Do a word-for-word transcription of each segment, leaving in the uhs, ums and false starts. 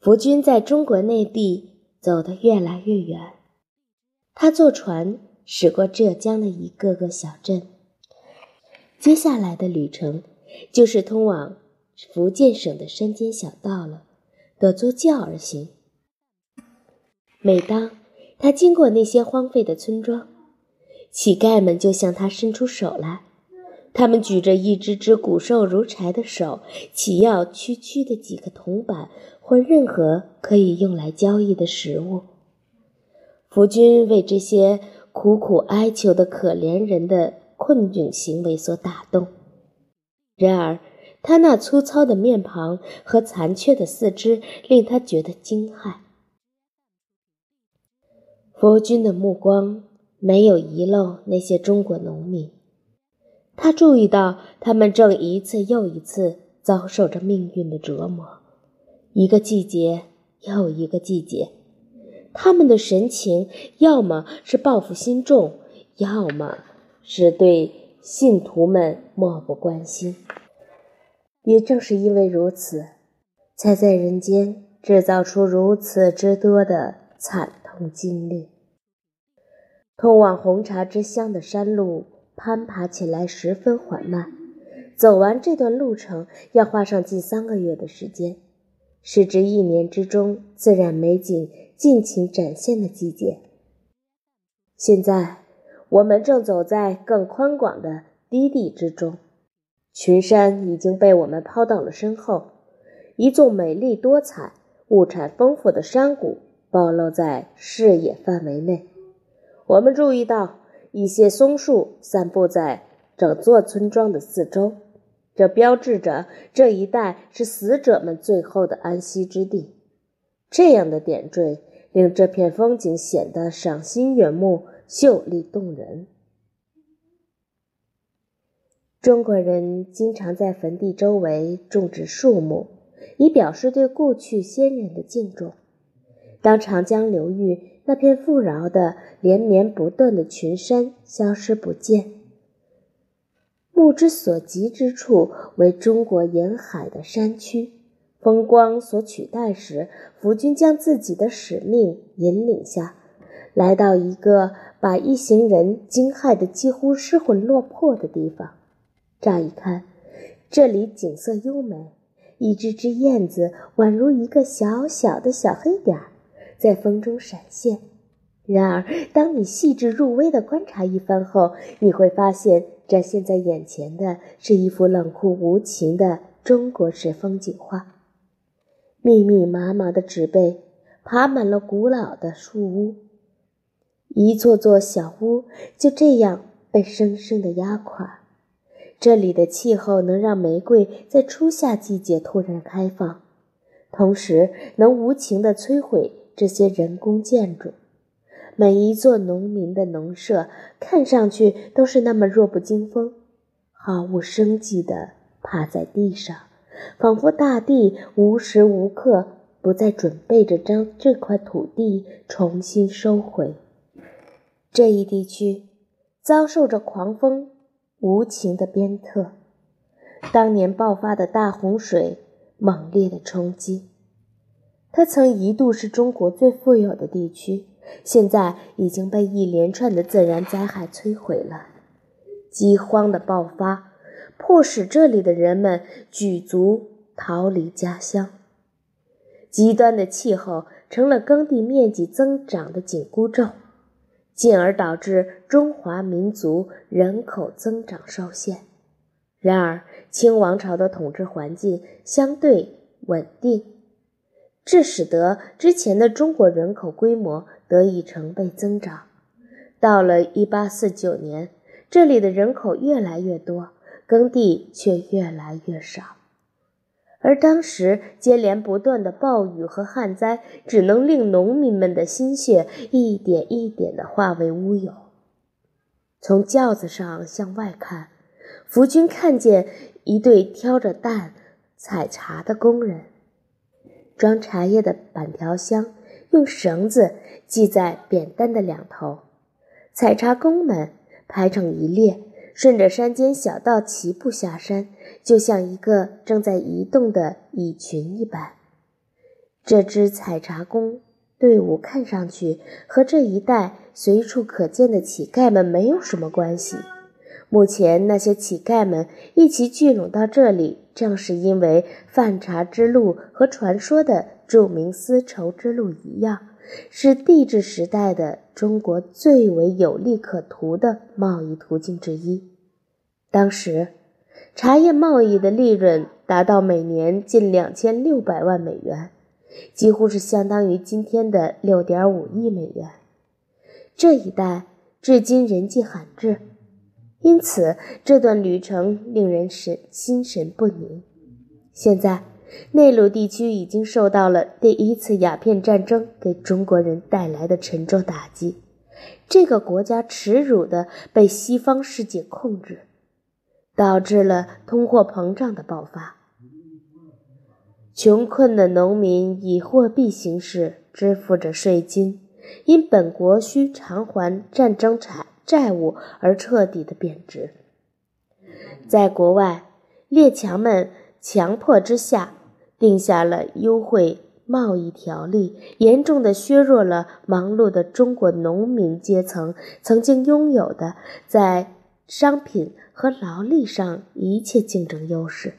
福军在中国内地走得越来越远，他坐船驶过浙江的一个个小镇，接下来的旅程就是通往福建省的山间小道了，得坐轿而行。每当他经过那些荒废的村庄，乞丐们就向他伸出手来，他们举着一只只骨瘦如柴的手，乞要区区的几个铜板或任何可以用来交易的食物。福军为这些苦苦哀求的可怜人的困窘行为所打动，然而他那粗糙的面庞和残缺的四肢令他觉得惊骇。福军的目光没有遗漏那些中国农民，他注意到他们正一次又一次遭受着命运的折磨，一个季节又一个季节，他们的神情要么是报复心重，要么是对信徒们漠不关心。也正是因为如此，才在人间制造出如此之多的惨痛经历。通往红茶之乡的山路攀爬起来十分缓慢，走完这段路程要花上近三个月的时间，是指一年之中自然美景尽情展现的季节。现在我们正走在更宽广的低地之中，群山已经被我们抛到了身后，一座美丽多彩、物产丰富的山谷暴露在视野范围内。我们注意到一些松树散布在整座村庄的四周，这标志着这一带是死者们最后的安息之地。这样的点缀令这片风景显得赏心悦目、秀丽动人。中国人经常在坟地周围种植树木，以表示对故去先人的敬重。当长江流域那片富饶的连绵不断的群山消失不见，目之所及之处为中国沿海的山区，风光所取代时，福军将自己的使命引领下，来到一个把一行人惊骇得几乎失魂落魄的地方。乍一看，这里景色优美，一只只燕子宛如一个小小的小黑点儿，在风中闪现。然而当你细致入微地观察一番后，你会发现展现在眼前的是一幅冷酷无情的中国式风景画。密密麻麻的植被爬满了古老的树屋，一座座小屋就这样被生生地压垮。这里的气候能让玫瑰在初夏季节突然开放，同时能无情地摧毁这些人工建筑。每一座农民的农舍看上去都是那么弱不禁风，毫无生机地趴在地上，仿佛大地无时无刻不在准备着将这块土地重新收回。这一地区遭受着狂风无情的鞭策，当年爆发的大洪水猛烈的冲击，它曾一度是中国最富有的地区，现在已经被一连串的自然灾害摧毁了。饥荒的爆发迫使这里的人们举足逃离家乡，极端的气候成了耕地面积增长的紧箍咒，进而导致中华民族人口增长受限。然而清王朝的统治环境相对稳定，这使得之前的中国人口规模得以成倍增长。到了一八四九年，这里的人口越来越多，耕地却越来越少。而当时接连不断的暴雨和旱灾，只能令农民们的心血一点一点地化为乌有。从轿子上向外看，福军看见一队挑着担采茶的工人，装茶叶的板条箱用绳子系在扁担的两头，采茶工们排成一列，顺着山间小道齐步下山，就像一个正在移动的蚁群一般。 这支采茶工队伍看上去和这一带随处可见的乞丐们没有什么关系。目前那些乞丐们一起聚拢到这里，正是因为贩茶之路和传说的著名丝绸之路一样，是帝制时代的中国最为有利可图的贸易途径之一。当时茶叶贸易的利润达到每年近两千六百万美元，几乎是相当于今天的 六点五亿美元。这一带至今人迹罕至，因此这段旅程令人神心神不宁。现在内陆地区已经受到了第一次鸦片战争给中国人带来的沉重打击，这个国家耻辱地被西方世界控制，导致了通货膨胀的爆发。穷困的农民以货币形式支付着税金，因本国需偿还战争债务而彻底的贬值。在国外，列强们强迫之下定下了优惠贸易条例，严重地削弱了忙碌的中国农民阶层曾经拥有的在商品和劳力上一切竞争优势。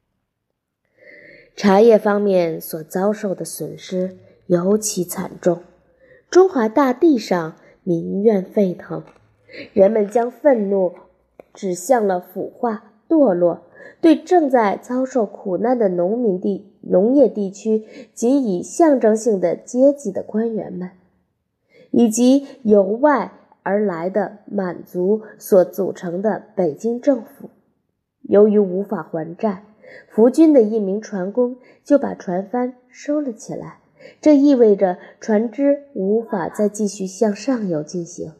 茶叶方面所遭受的损失尤其惨重，中华大地上民怨沸腾，人们将愤怒指向了腐化、堕落，对正在遭受苦难的农民地农业地区仅以象征性的阶级的官员们，以及由外而来的满族所组成的北京政府。由于无法还债，福军的一名船工就把船帆收了起来，这意味着船只无法再继续向上游进行，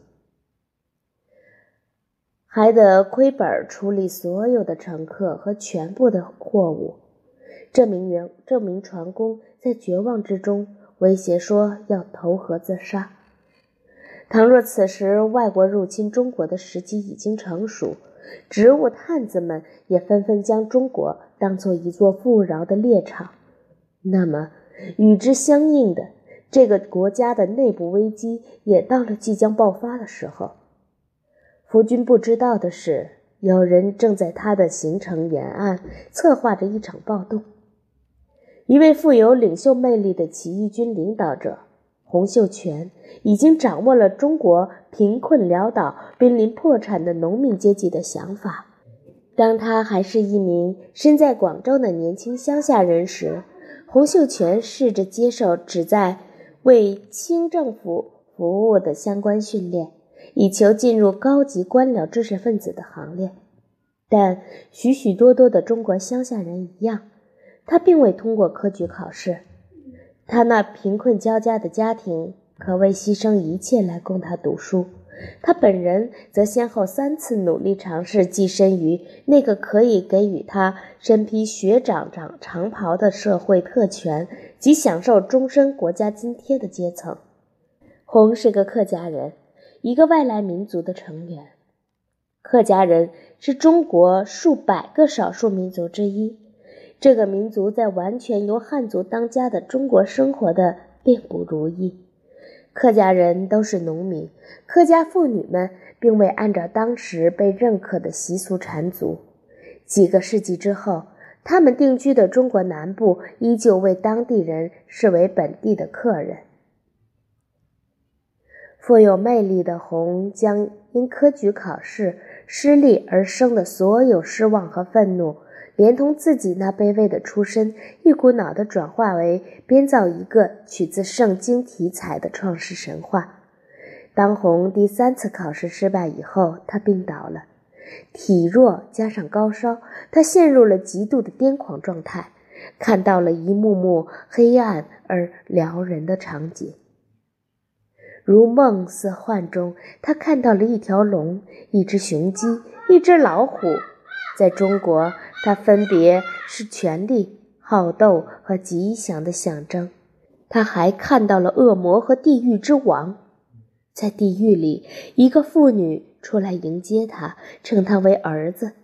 还得亏本处理所有的乘客和全部的货物。这名员这名船工在绝望之中威胁说要投河自杀。倘若此时外国入侵中国的时机已经成熟，植物探子们也纷纷将中国当作一座富饶的猎场，那么与之相应的，这个国家的内部危机也到了即将爆发的时候。福军不知道的是，有人正在他的行程沿岸策划着一场暴动。一位富有领袖魅力的起义军领导者洪秀全已经掌握了中国贫困潦倒、濒临破产的农民阶级的想法。当他还是一名身在广州的年轻乡下人时，洪秀全试着接受旨在为清政府服务的相关训练，以求进入高级官僚知识分子的行列。但许许多多的中国乡下人一样，他并未通过科举考试。他那贫困交加的家庭可谓牺牲一切来供他读书，他本人则先后三次努力尝试跻身于那个可以给予他身披学长长长袍的社会特权及享受终身国家津贴的阶层。洪是个客家人，一个外来民族的成员。客家人是中国数百个少数民族之一，这个民族在完全由汉族当家的中国生活的并不如意。客家人都是农民，客家妇女们并未按照当时被认可的习俗缠足。几个世纪之后，他们定居的中国南部依旧为当地人视为本地的客人。富有魅力的洪将因科举考试失利而生的所有失望和愤怒，连同自己那卑微的出身，一股脑地转化为编造一个取自圣经题材的创世神话。当洪第三次考试失败以后，他病倒了，体弱加上高烧，他陷入了极度的癫狂状态，看到了一幕幕黑暗而撩人的场景。如梦似幻中，他看到了一条龙、一只雄鸡、一只老虎。在中国，它分别是权力、好斗和吉祥的象征。他还看到了恶魔和地狱之王。在地狱里，一个妇女出来迎接他，称他为儿子。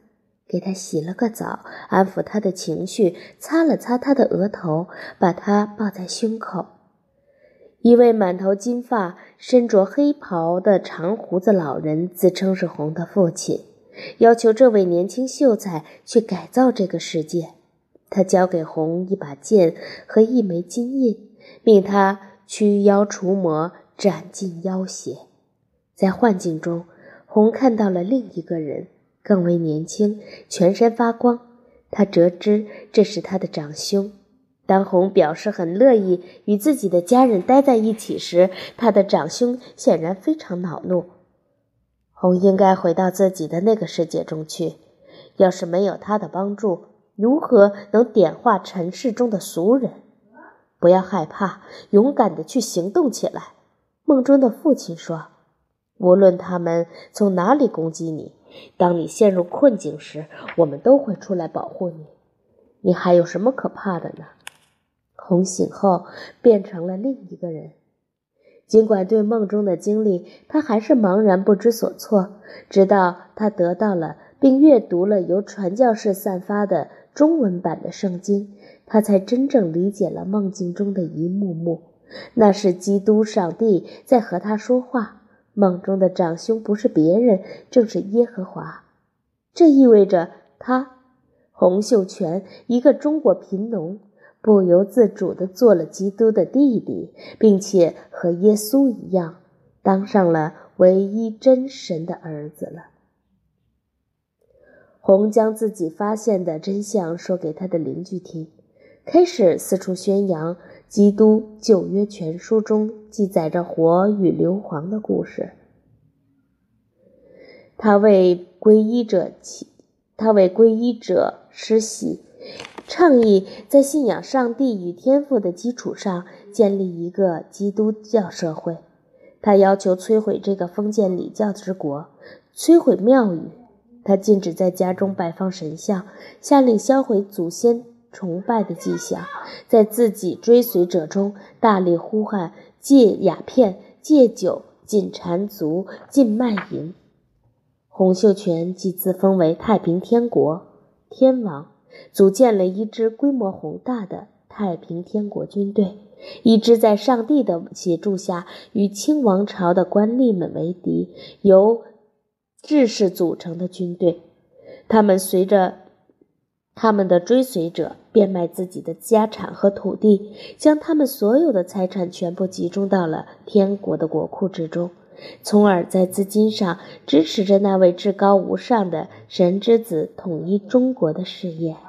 给他洗了个澡，安抚他的情绪，擦了擦他的额头，把他抱在胸口。一位满头金发、身着黑袍的长胡子老人自称是红的父亲，要求这位年轻秀才去改造这个世界。他交给红一把剑和一枚金印，命他驱妖除魔，斩尽妖邪。在幻境中，红看到了另一个人，更为年轻，全身发光。他得知这是他的长兄。当红表示很乐意与自己的家人待在一起时，他的长兄显然非常恼怒。红应该回到自己的那个世界中去，要是没有他的帮助，如何能点化尘世中的俗人？不要害怕，勇敢地去行动起来。梦中的父亲说，无论他们从哪里攻击你，当你陷入困境时，我们都会出来保护你。你还有什么可怕的呢？红醒后变成了另一个人。尽管对梦中的经历他还是茫然不知所措，直到他得到了并阅读了由传教士散发的中文版的圣经，他才真正理解了梦境中的一幕幕。那是基督上帝在和他说话，梦中的长兄不是别人，正是耶和华。这意味着他，洪秀全，一个中国贫农，不由自主地做了基督的弟弟，并且和耶稣一样，当上了唯一真神的儿子了。洪将自己发现的真相说给他的邻居听，开始四处宣扬基督旧约全书中记载着火与硫磺的故事。他为皈依者他为皈依者施洗，倡议在信仰上帝与天父的基础上建立一个基督教社会。他要求摧毁这个封建礼教之国，摧毁庙宇。他禁止在家中摆放神像，下令销毁祖先崇拜的迹象，在自己追随者中大力呼喊戒鸦片、戒酒、禁缠足、禁卖淫。洪秀全即自封为太平天国天王，组建了一支规模宏大的太平天国军队，一支在上帝的协助下与清王朝的官吏们为敌，由志士组成的军队。他们随着他们的追随者变卖自己的家产和土地，将他们所有的财产全部集中到了天国的国库之中，从而在资金上支持着那位至高无上的神之子统一中国的事业。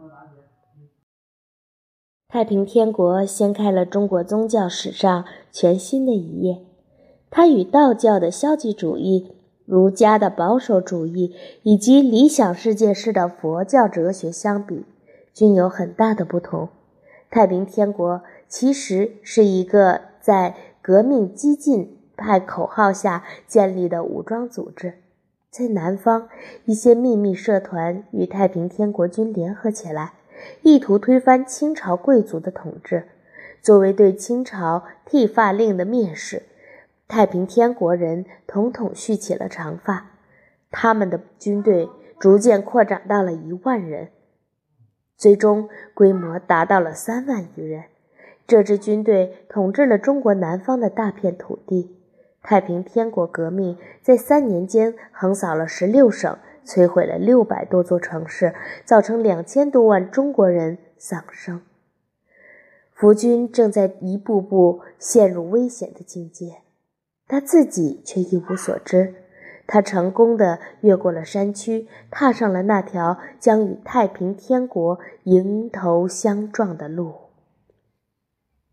太平天国掀开了中国宗教史上全新的一页。它与道教的消极主义、儒家的保守主义以及理想世界式的佛教哲学相比，均有很大的不同。太平天国其实是一个在革命激进派口号下建立的武装组织。在南方，一些秘密社团与太平天国军联合起来，意图推翻清朝贵族的统治。作为对清朝剃发令的蔑视，太平天国人统统蓄起了长发。他们的军队逐渐扩展到了一万人，最终规模达到了三万余人。这支军队统治了中国南方的大片土地。太平天国革命在三年间横扫了十六省，摧毁了六百多座城市，造成两千多万中国人丧生。福军正在一步步陷入危险的境界，他自己却一无所知。他成功地越过了山区，踏上了那条将与太平天国迎头相撞的路。